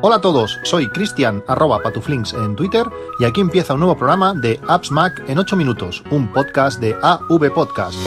Hola a todos, soy Cristian @patuflinks en Twitter y aquí empieza un nuevo programa de Apps Mac en 8 minutos, un podcast de AV Podcast.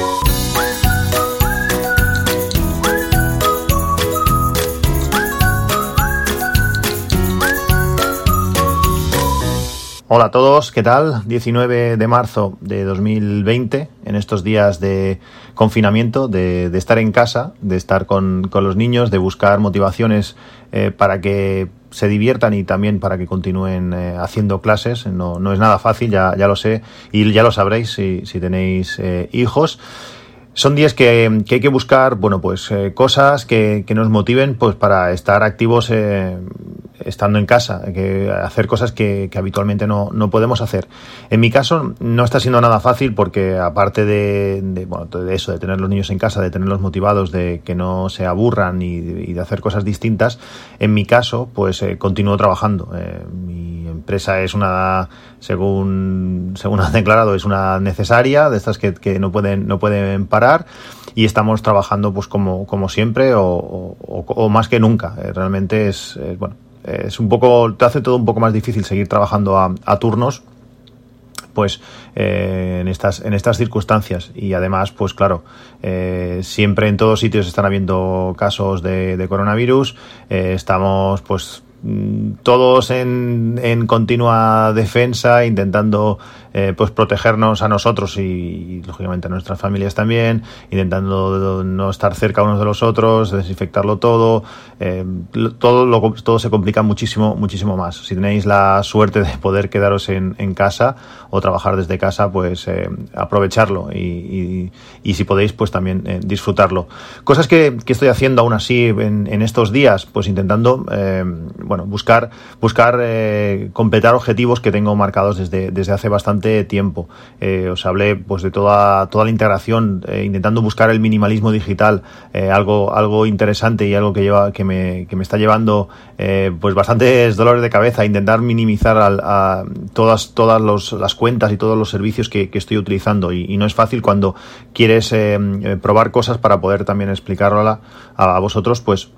Hola a todos, ¿qué tal? 19 de marzo de 2020, en estos días de confinamiento, de estar en casa, de estar con los niños, de buscar motivaciones para que se diviertan y también para que continúen haciendo clases. No es nada fácil, ya lo sé, y ya lo sabréis si tenéis hijos. Son días que hay que buscar, cosas que nos motiven pues para estar activos estando en casa, que hacer cosas que habitualmente no podemos hacer. En mi caso no está siendo nada fácil porque aparte de eso, de tener los niños en casa, de tenerlos motivados, de que no se aburran y de hacer cosas distintas, en mi caso pues continúo trabajando. Mi empresa es una, según ha declarado, es una necesaria, de estas que no pueden parar, y estamos trabajando pues como siempre o más que nunca. Realmente es un poco, te hace todo un poco más difícil seguir trabajando a turnos, pues en estas circunstancias. Y además, pues claro, siempre en todos sitios están habiendo casos de coronavirus. Estamos pues todos en continua defensa, intentando pues protegernos a nosotros y lógicamente a nuestras familias también, intentando no estar cerca unos de los otros, desinfectarlo todo. Todo se complica muchísimo más. Si tenéis la suerte de poder quedaros en casa o trabajar desde casa, pues aprovecharlo y si podéis pues también disfrutarlo. Cosas que estoy haciendo aún así en estos días, pues intentando buscar completar objetivos que tengo marcados desde hace bastante tiempo. Os hablé pues de toda la integración, intentando buscar el minimalismo digital, algo interesante y algo que me está llevando pues bastantes dolores de cabeza, intentar minimizar a todas las cuentas y todos los servicios que estoy utilizando, y no es fácil cuando quieres probar cosas para poder también explicarlo a vosotros, pues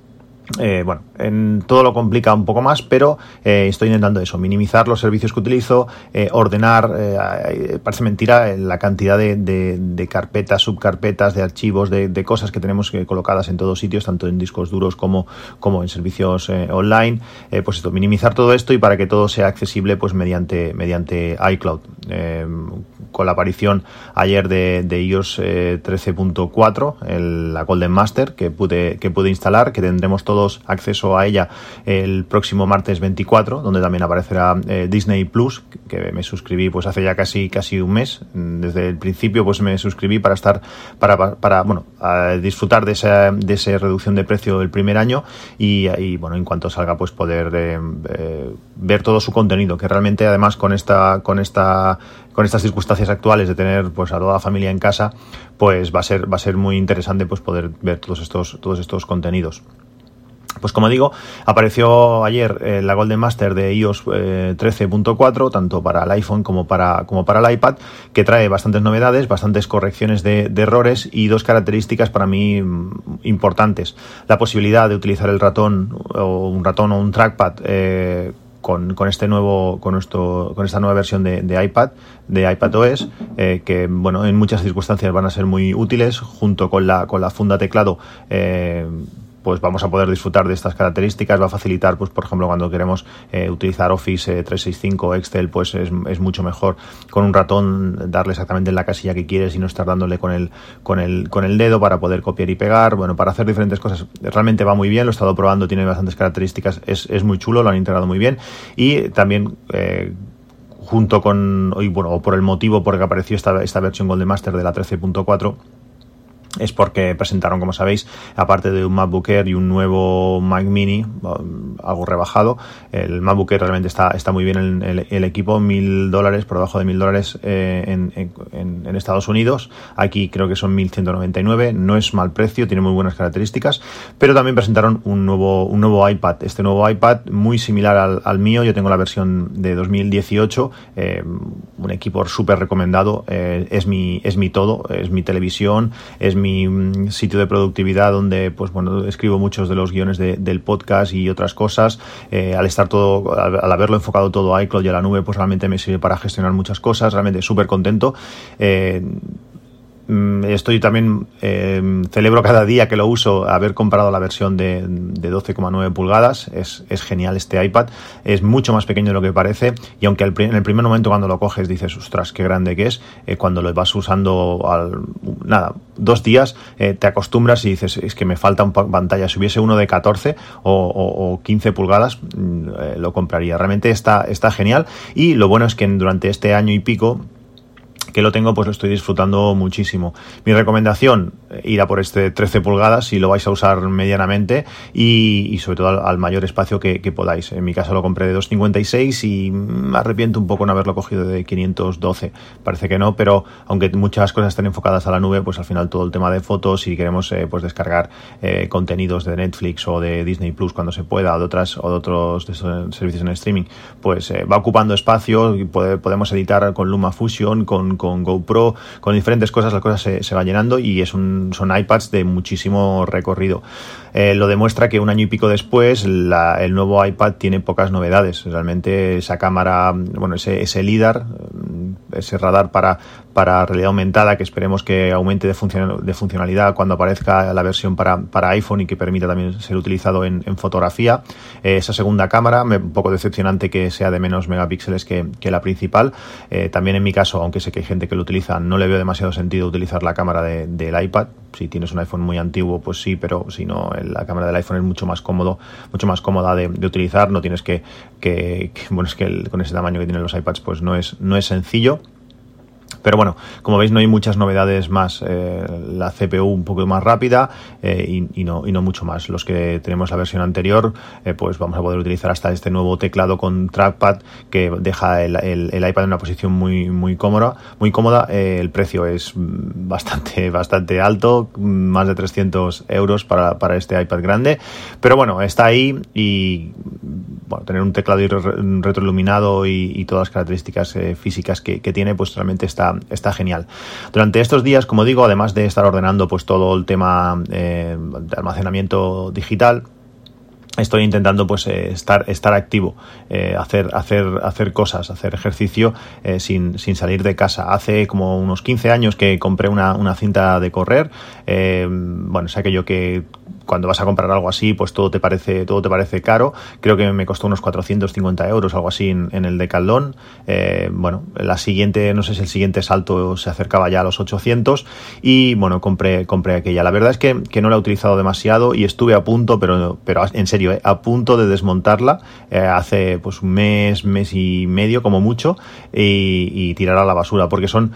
en todo lo complica un poco más, pero estoy intentando eso, minimizar los servicios que utilizo, ordenar, parece mentira la cantidad de carpetas, subcarpetas, de archivos, de cosas que tenemos colocadas en todos sitios, tanto en discos duros como en servicios online. Pues esto, minimizar todo esto y para que todo sea accesible pues mediante iCloud. Con la aparición ayer de iOS 13.4, la Golden Master que pude instalar, que tendremos todos acceso a ella el próximo martes 24, donde también aparecerá Disney Plus, que me suscribí pues hace ya casi un mes. Desde el principio pues me suscribí para disfrutar de esa reducción de precio el primer año y en cuanto salga pues poder ver todo su contenido, que realmente además con estas circunstancias actuales de tener pues a toda la familia en casa, pues va a ser muy interesante pues poder ver todos estos contenidos. Pues como digo, apareció ayer la Golden Master de iOS 13.4, tanto para el iPhone como para el iPad, que trae bastantes novedades, bastantes correcciones de errores y dos características para mí importantes. La posibilidad de utilizar el ratón o un trackpad con esta nueva versión de iPadOS, que en muchas circunstancias van a ser muy útiles, junto con la funda teclado. Pues vamos a poder disfrutar de estas características. Va a facilitar, pues por ejemplo, cuando queremos utilizar Office 365, Excel, pues es mucho mejor con un ratón darle exactamente en la casilla que quieres y no estar dándole con el dedo para poder copiar y pegar. Para hacer diferentes cosas realmente va muy bien. Lo he estado probando, tiene bastantes características, es muy chulo, lo han integrado muy bien. Y también junto con, o por el motivo por el que apareció esta versión Golden Master de la 13.4, es porque presentaron, como sabéis, aparte de un MacBook Air y un nuevo Mac Mini, algo rebajado. El MacBook Air realmente está muy bien el equipo, $1,000, por debajo de $1,000 en Estados Unidos. Aquí creo que son 1.199, no es mal precio, tiene muy buenas características. Pero también presentaron un nuevo iPad. Este nuevo iPad, muy similar al mío, yo tengo la versión de 2018, un equipo súper recomendado, es mi todo, es mi televisión, es mi mi sitio de productividad donde, pues bueno, escribo muchos de los guiones del podcast y otras cosas. Al haberlo enfocado todo a iCloud y a la nube, pues realmente me sirve para gestionar muchas cosas. Realmente súper contento. Estoy también, celebro cada día que lo uso haber comprado la versión de 12,9 pulgadas. Es genial este iPad, es mucho más pequeño de lo que parece, y aunque en el primer momento cuando lo coges dices, ostras, qué grande que es, cuando lo vas usando 2 días, te acostumbras y dices, es que me falta pantalla. Si hubiese uno de 14 o 15 pulgadas, lo compraría. Realmente está genial, y lo bueno es que durante este año y pico que lo tengo, pues lo estoy disfrutando muchísimo. Mi recomendación, ir a por este 13 pulgadas si lo vais a usar medianamente, y sobre todo al mayor espacio que podáis. En mi caso lo compré de 256 y me arrepiento un poco no haberlo cogido de 512. Parece que no, pero aunque muchas cosas estén enfocadas a la nube, pues al final todo el tema de fotos, si queremos pues descargar contenidos de Netflix o de Disney Plus cuando se pueda, o de otros servicios en streaming, pues va ocupando espacio. Podemos editar con LumaFusion, con GoPro, con diferentes cosas. Las cosas se van llenando, y son iPads de muchísimo recorrido. Lo demuestra que un año y pico después el nuevo iPad tiene pocas novedades. Realmente esa cámara, bueno, ese LiDAR, ese radar para realidad aumentada, que esperemos que aumente de funcionalidad cuando aparezca la versión para iPhone y que permita también ser utilizado en fotografía. Esa segunda cámara, un poco decepcionante que sea de menos megapíxeles que la principal. También en mi caso, aunque sé que hay gente que lo utiliza, no le veo demasiado sentido utilizar la cámara del iPad. Si tienes un iPhone muy antiguo, pues sí, pero si no, la cámara del iPhone es mucho más cómoda de utilizar. No tienes que bueno, es que con ese tamaño que tienen los iPads, pues no es sencillo. Pero bueno, como veis, no hay muchas novedades más. La CPU un poco más rápida, y no mucho más. Los que tenemos la versión anterior, pues vamos a poder utilizar hasta este nuevo teclado con trackpad que deja el iPad en una posición muy cómoda. El precio es bastante alto, más de 300 euros para este iPad grande. Pero bueno, está ahí, y bueno, tener un teclado retroiluminado y todas las características físicas que tiene, pues realmente está genial. Durante estos días, como digo, además de estar ordenando pues todo el tema de almacenamiento digital, estoy intentando pues estar activo, hacer cosas, hacer ejercicio sin salir de casa. Hace como unos 15 años que compré una cinta de correr. Bueno, es aquello que cuando vas a comprar algo así, pues todo te parece caro. Creo que me costó unos 450 euros, algo así, en el Decathlon. Bueno, la siguiente, no sé si el siguiente salto se acercaba ya a los 800, y bueno, compré aquella. La verdad es que no la he utilizado demasiado, y estuve a punto, pero en serio, a punto de desmontarla hace pues un mes y medio como mucho, y tirar a la basura, porque son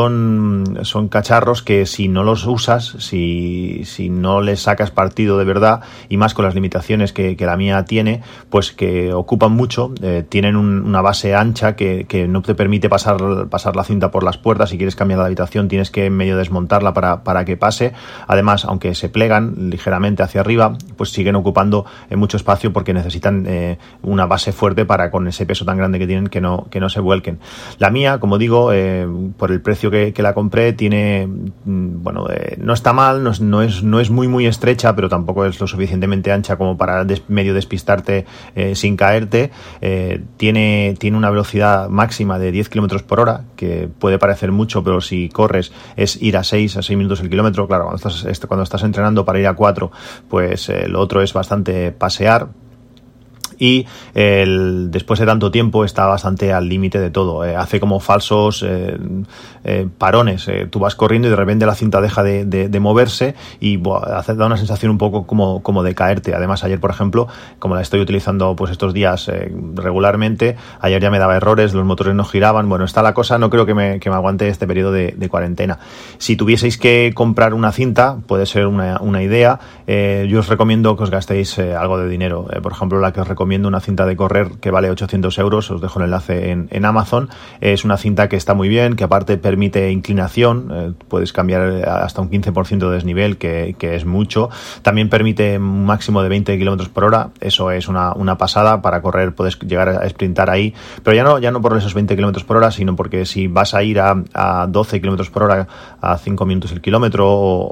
cacharros que si no los usas, si no les sacas partido de verdad, y más con las limitaciones que la mía tiene, pues que ocupan mucho, tienen una base ancha que no te permite pasar la cinta por las puertas. Si quieres cambiar la habitación, tienes que medio desmontarla para que pase. Además, aunque se plegan ligeramente hacia arriba, pues siguen ocupando mucho espacio, porque necesitan una base fuerte para, con ese peso tan grande que tienen, que no se vuelquen. La mía, como digo, por el precio que la compré, tiene, bueno, no está mal, no es muy estrecha, pero tampoco es lo suficientemente ancha como para medio despistarte sin caerte. Tiene una velocidad máxima de 10 km por hora, que puede parecer mucho, pero si corres es ir a 6 minutos el kilómetro. Claro, cuando estás entrenando para ir a 4, pues lo otro es bastante pasear. Y después de tanto tiempo está bastante al límite de todo. Hace como falsos parones. Tú vas corriendo y de repente la cinta deja de moverse, y da una sensación un poco como de caerte. Además, ayer, por ejemplo, como la estoy utilizando pues estos días regularmente, ayer ya me daba errores, los motores no giraban. Bueno, está la cosa. No creo que me aguante este periodo de cuarentena. Si tuvieseis que comprar una cinta, puede ser una idea. Yo os recomiendo que os gastéis algo de dinero. Por ejemplo, la que os recomiendo recomiendo una cinta de correr que vale 800 euros, os dejo el enlace en Amazon. Es una cinta que está muy bien, que aparte permite inclinación, puedes cambiar hasta un 15% de desnivel, que es mucho. También permite un máximo de 20 km por hora, eso es una pasada. Para correr puedes llegar a sprintar ahí, pero ya no por esos 20 km por hora, sino porque si vas a ir a 12 km por hora a 5 minutos el kilómetro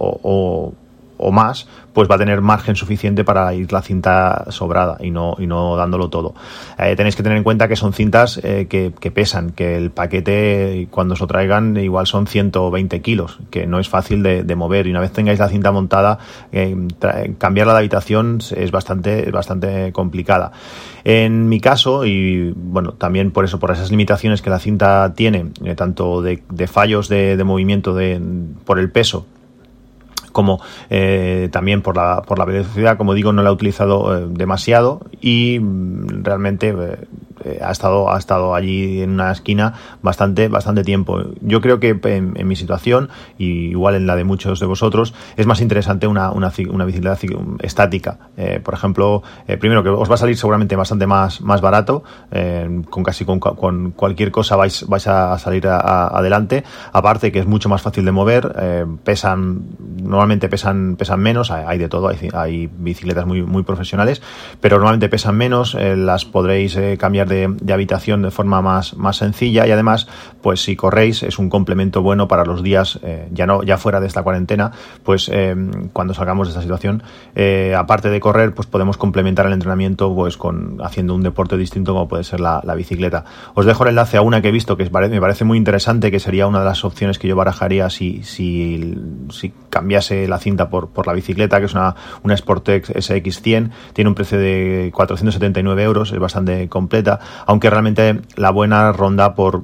o más, pues va a tener margen suficiente para ir la cinta sobrada y no dándolo todo. Tenéis que tener en cuenta que son cintas que pesan, que el paquete cuando os lo traigan igual son 120 kilos, que no es fácil de mover, y una vez tengáis la cinta montada, cambiarla de habitación es bastante complicada. En mi caso, y bueno, también por esas limitaciones que la cinta tiene, tanto de fallos de movimiento por el peso, como también por la velocidad, como digo, no la he utilizado demasiado, y realmente ha estado allí en una esquina bastante tiempo. Yo creo que en mi situación, y igual en la de muchos de vosotros, es más interesante una bicicleta estática. Por ejemplo, primero, que os va a salir seguramente bastante más barato, con cualquier cosa vais a salir adelante. Aparte que es mucho más fácil de mover, normalmente pesan menos, hay de todo, hay bicicletas muy profesionales, pero normalmente pesan menos, las podréis cambiar de habitación de forma más sencilla, y además, pues si corréis, es un complemento bueno para los días, ya fuera de esta cuarentena, pues cuando salgamos de esta situación, aparte de correr, pues podemos complementar el entrenamiento pues haciendo un deporte distinto, como puede ser la bicicleta. Os dejo el enlace a una que he visto que me parece muy interesante, que sería una de las opciones que yo barajaría si cambiase la cinta por la bicicleta, que es una Sportec SX100, tiene un precio de 479 euros, es bastante completa, aunque realmente la buena ronda por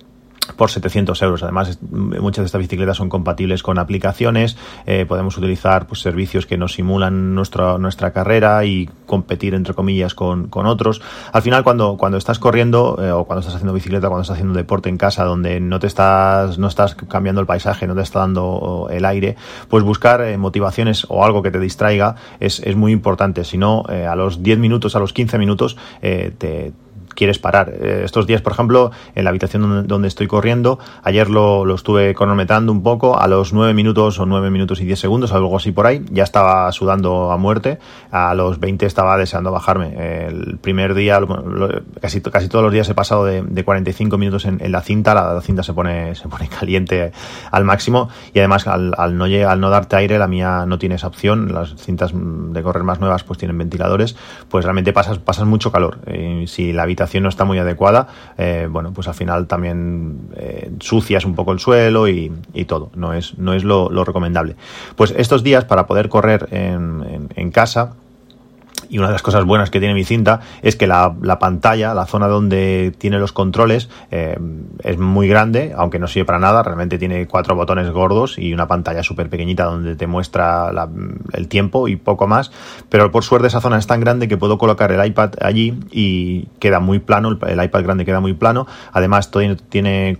700 euros. Además, muchas de estas bicicletas son compatibles con aplicaciones, podemos utilizar pues servicios que nos simulan nuestra carrera y competir, entre comillas, con otros. Al final, cuando estás corriendo o cuando estás haciendo bicicleta, cuando estás haciendo deporte en casa, donde no estás cambiando el paisaje, no te está dando el aire, pues buscar motivaciones o algo que te distraiga es muy importante. Si no, a los 10 minutos, a los 15 minutos, quieres parar. Estos días, por ejemplo, en la habitación donde estoy corriendo, ayer lo estuve cronometrando un poco, a los 9 minutos o 9 minutos y 10 segundos, algo así por ahí, ya estaba sudando a muerte, a los 20 estaba deseando bajarme. El primer día, casi todos los días he pasado de 45 minutos en la cinta, la cinta se pone caliente al máximo, y además al no darte aire, la mía no tiene esa opción. Las cintas de correr más nuevas pues tienen ventiladores, pues realmente pasas mucho calor. Si la habitación no está muy adecuada, pues al final también sucias un poco el suelo y todo, no es lo recomendable. Pues estos días, para poder correr en casa, y una de las cosas buenas que tiene mi cinta es que la pantalla, la zona donde tiene los controles, es muy grande, aunque no sirve para nada. Realmente tiene 4 botones gordos y una pantalla súper pequeñita donde te muestra el tiempo y poco más. Pero por suerte esa zona es tan grande que puedo colocar el iPad allí y queda muy plano, el iPad grande queda muy plano. Además, tiene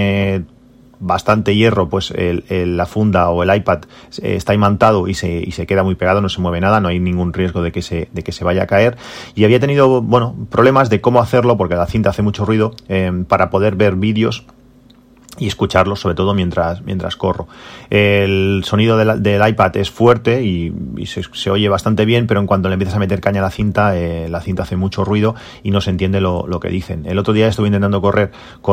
bastante hierro, pues la funda o el iPad está imantado y se queda muy pegado, no se mueve nada, no hay ningún riesgo de que se vaya a caer. Y había tenido problemas de cómo hacerlo, porque la cinta hace mucho ruido, para poder ver vídeos y escucharlos, sobre todo mientras corro. El sonido del iPad es fuerte y se oye bastante bien, pero en cuanto le empiezas a meter caña a la cinta hace mucho ruido y no se entiende lo que dicen. El otro día estuve intentando correr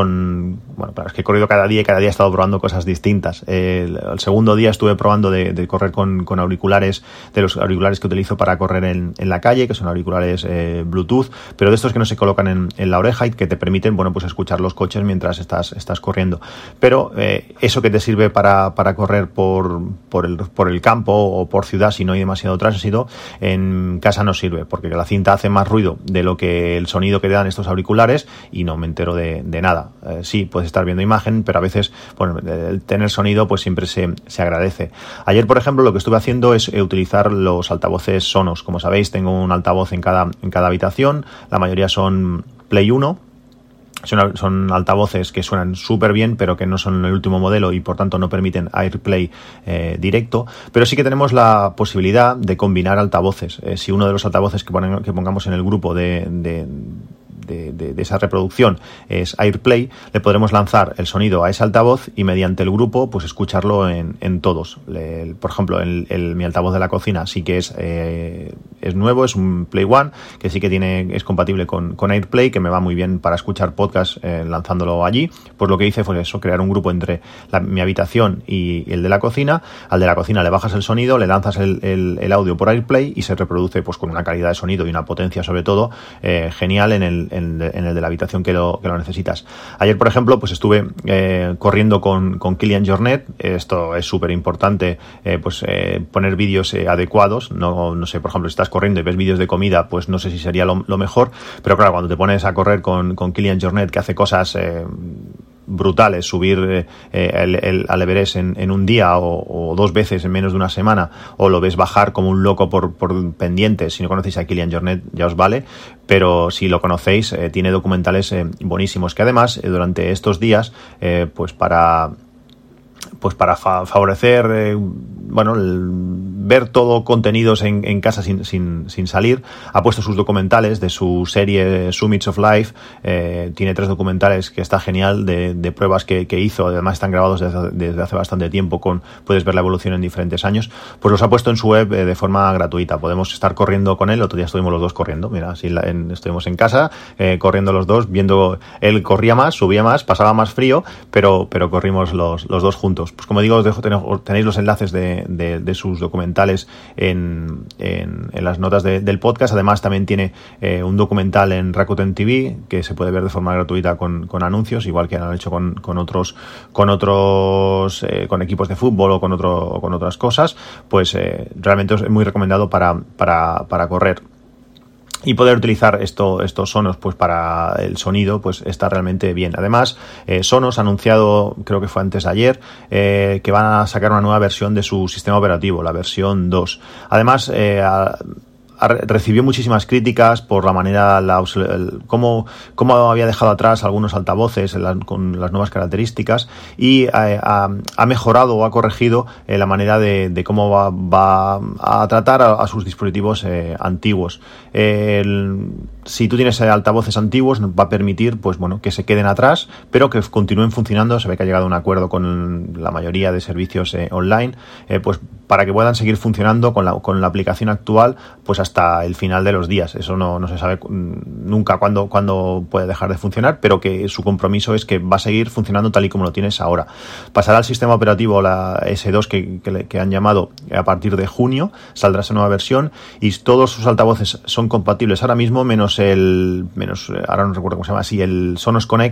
es que he corrido cada día y cada día he estado probando cosas distintas. El segundo día estuve probando de correr con auriculares, de los auriculares que utilizo para correr en la calle, que son auriculares Bluetooth, pero de estos que no se colocan en la oreja y que te permiten pues escuchar los coches mientras estás corriendo. Pero eso que te sirve para correr por el campo o por ciudad, si no hay demasiado tránsito, en casa no sirve, porque la cinta hace más ruido de lo que el sonido que te dan estos auriculares y no me entero de nada. Sí, puedes estar viendo imagen, pero a veces el tener sonido pues siempre se agradece. Ayer, por ejemplo, lo que estuve haciendo es utilizar los altavoces Sonos. Como sabéis, tengo un altavoz en cada habitación, la mayoría son Play 1, Son altavoces que suenan súper bien, pero que no son el último modelo y por tanto no permiten AirPlay directo, pero sí que tenemos la posibilidad de combinar altavoces. Si uno de los altavoces que pongamos en el grupo de esa reproducción es AirPlay, le podremos lanzar el sonido a ese altavoz y mediante el grupo pues escucharlo en todos. Por ejemplo, mi altavoz de la cocina sí que es nuevo, es un Play One, que sí que es compatible con AirPlay, que me va muy bien para escuchar podcast lanzándolo allí. Pues lo que hice fue eso, crear un grupo entre mi habitación y el de la cocina. Al de la cocina le bajas el sonido, le lanzas el audio por AirPlay y se reproduce pues con una calidad de sonido y una potencia sobre todo genial en el de la habitación que lo necesitas. Ayer, por ejemplo, pues estuve corriendo con Kilian Jornet. Esto es súper importante, poner vídeos adecuados. No sé, por ejemplo, si estás corriendo y ves vídeos de comida, pues no sé si sería lo mejor, pero claro, cuando te pones a correr con Kilian Jornet, que hace cosas brutales, subir al Everest en un día o 2 veces en menos de una semana, o lo ves bajar como un loco por pendientes. Si no conocéis a Kilian Jornet ya os vale, pero si lo conocéis, tiene documentales buenísimos, que además durante estos días para favorecer ver todo contenidos en casa sin salir, ha puesto sus documentales de su serie Summits of Life. Tiene 3 documentales que está genial de pruebas que hizo. Además están grabados desde hace bastante tiempo, puedes ver la evolución en diferentes años. Pues los ha puesto en su web de forma gratuita. Podemos estar corriendo con él. Otro día estuvimos los dos corriendo, mira, estuvimos en casa corriendo los dos, viendo, él corría más, subía más, pasaba más frío, pero corrimos los dos juntos. Pues como digo, os dejo, tenéis los enlaces de sus documentales en las notas del podcast. Además también tiene un documental en Rakuten TV que se puede ver de forma gratuita con anuncios, igual que han hecho con otros con equipos de fútbol o con otras cosas. Pues realmente es muy recomendado para correr. Y poder utilizar estos Sonos pues para el sonido pues está realmente bien. Además, Sonos ha anunciado, creo que fue antes de ayer, que van a sacar una nueva versión de su sistema operativo, la versión 2. Además, recibió muchísimas críticas por la manera, cómo había dejado atrás algunos altavoces con las nuevas características, y ha mejorado o ha corregido la manera de cómo va a tratar a sus dispositivos antiguos. Si tú tienes altavoces antiguos, va a permitir que se queden atrás, pero que continúen funcionando. Se ve que ha llegado a un acuerdo con la mayoría de servicios online, pues para que puedan seguir funcionando con la aplicación actual, pues hasta el final de los días. Eso no se sabe nunca cuándo puede dejar de funcionar, pero que su compromiso es que va a seguir funcionando tal y como lo tienes ahora. Pasará al sistema operativo, la S2 que han llamado, a partir de junio, saldrá esa nueva versión, y todos sus altavoces son compatibles ahora mismo, menos ahora no recuerdo cómo se llama, el Sonos Connect,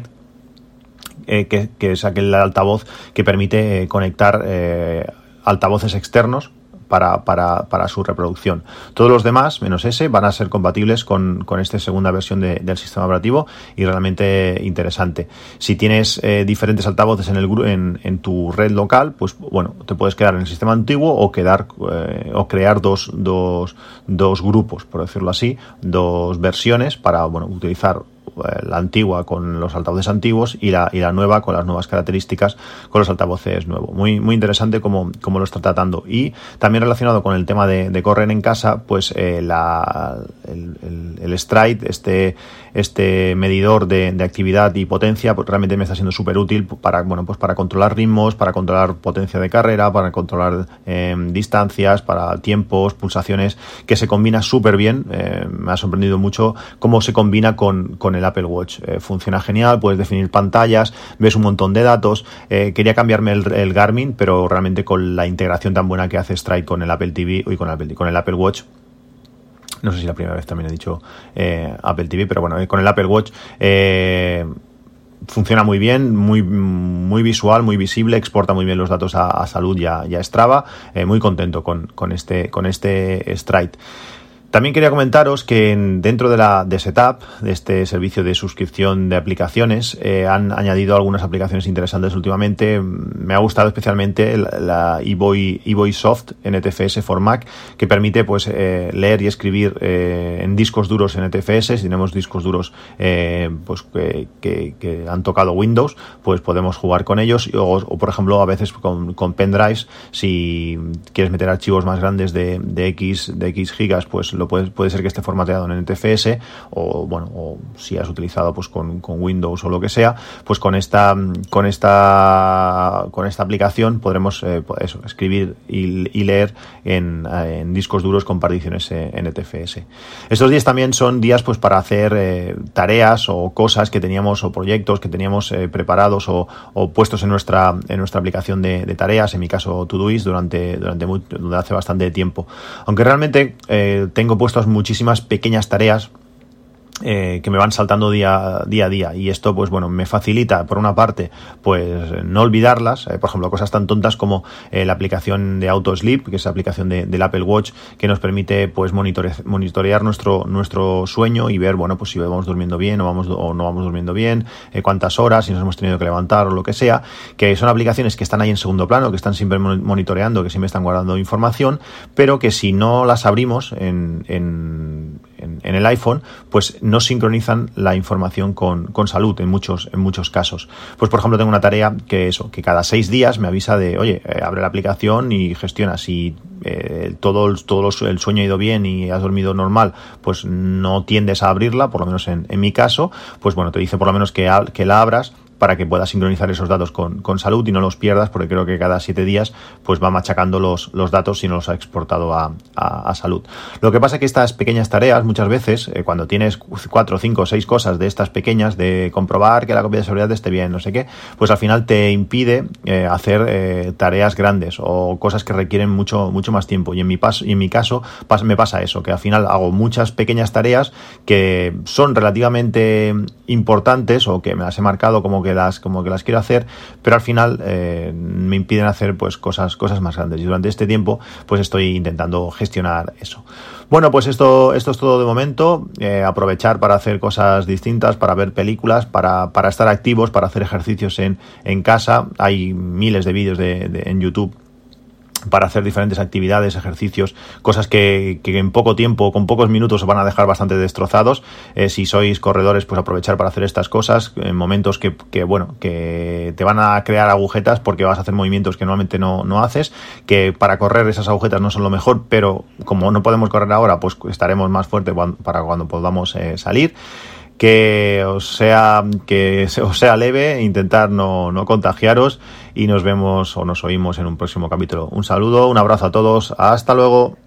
que es aquel altavoz que permite conectar altavoces externos para su reproducción. Todos los demás, menos ese, van a ser compatibles con esta segunda versión del sistema operativo, y realmente interesante. Si tienes diferentes altavoces en tu red local, pues te puedes quedar en el sistema antiguo o crear dos grupos, por decirlo así, 2 versiones para utilizar la antigua con los altavoces antiguos y la nueva con las nuevas características con los altavoces nuevos. Muy, muy interesante cómo lo está tratando. Y también relacionado con el tema de correr en casa, pues el Stride, este medidor de actividad y potencia, pues realmente me está siendo súper útil para controlar ritmos, para controlar potencia de carrera, para controlar distancias, para tiempos, pulsaciones, que se combina súper bien. Me ha sorprendido mucho cómo se combina con el Apple Watch. Funciona genial, puedes definir pantallas, ves un montón de datos. Quería cambiarme el Garmin, pero realmente con la integración tan buena que hace Stride con el Apple TV y con el Apple Watch, no sé si la primera vez también he dicho Apple TV, pero con el Apple Watch funciona muy bien, muy, muy visual, muy visible, exporta muy bien los datos a Salud y a Strava. Muy contento con este Stride. También quería comentaros que dentro de Setup, de este servicio de suscripción de aplicaciones, han añadido algunas aplicaciones interesantes últimamente. Me ha gustado especialmente la eVoiceSoft NTFS for Mac, que permite pues leer y escribir en discos duros NTFS. Si tenemos discos duros pues que han tocado Windows, pues podemos jugar con ellos, o por ejemplo a veces con pendrives. Si quieres meter archivos más grandes de X gigas, pues puede ser que esté formateado en NTFS, o si has utilizado pues con Windows o lo que sea, pues con esta aplicación podremos escribir y leer en discos duros con particiones NTFS. Estos días también son días pues para hacer tareas o cosas que teníamos, o proyectos que teníamos preparados o puestos en nuestra aplicación de tareas, en mi caso Todoist, durante hace bastante tiempo. Aunque realmente tengo puestas muchísimas pequeñas tareas que me van saltando día a día, y esto pues bueno me facilita por una parte pues no olvidarlas, por ejemplo cosas tan tontas como la aplicación de Auto Sleep, que es la aplicación del Apple Watch, que nos permite pues monitorear nuestro sueño y ver bueno pues si vamos durmiendo bien o no vamos durmiendo bien, cuántas horas, si nos hemos tenido que levantar o lo que sea, que son aplicaciones que están ahí en segundo plano, que están siempre monitoreando, que siempre están guardando información, pero que si no las abrimos en el iPhone, pues no sincronizan la información con salud en muchos casos. Pues por ejemplo tengo una tarea que cada 6 días me avisa de, oye, abre la aplicación y gestiona si todo el sueño ha ido bien y has dormido normal, pues no tiendes a abrirla, por lo menos en mi caso, pues bueno, te dice por lo menos que la abras, para que puedas sincronizar esos datos con salud y no los pierdas, porque creo que cada 7 días pues va machacando los datos si no los ha exportado a salud. Lo que pasa es que estas pequeñas tareas muchas veces, cuando tienes 4, 5 o 6 cosas de estas pequeñas, de comprobar que la copia de seguridad esté bien, no sé qué, pues al final te impide hacer tareas grandes o cosas que requieren mucho más tiempo, y en mi caso me pasa eso, que al final hago muchas pequeñas tareas que son relativamente importantes, o que me las he marcado como que las quiero hacer, pero al final me impiden hacer pues cosas más grandes, y durante este tiempo pues estoy intentando gestionar eso. Bueno, pues esto es todo de momento. Aprovechar para hacer cosas distintas, para ver películas, para estar activos, para hacer ejercicios en casa. Hay miles de vídeos en YouTube para hacer diferentes actividades, ejercicios, cosas que en poco tiempo, con pocos minutos, os van a dejar bastante destrozados. Si sois corredores, pues aprovechar para hacer estas cosas en momentos que te van a crear agujetas, porque vas a hacer movimientos que normalmente no haces, que para correr esas agujetas no son lo mejor, pero como no podemos correr ahora, pues estaremos más fuertes para cuando podamos salir. Que os sea leve, intentar no contagiaros, y nos vemos o nos oímos en un próximo capítulo. Un saludo, un abrazo a todos, hasta luego.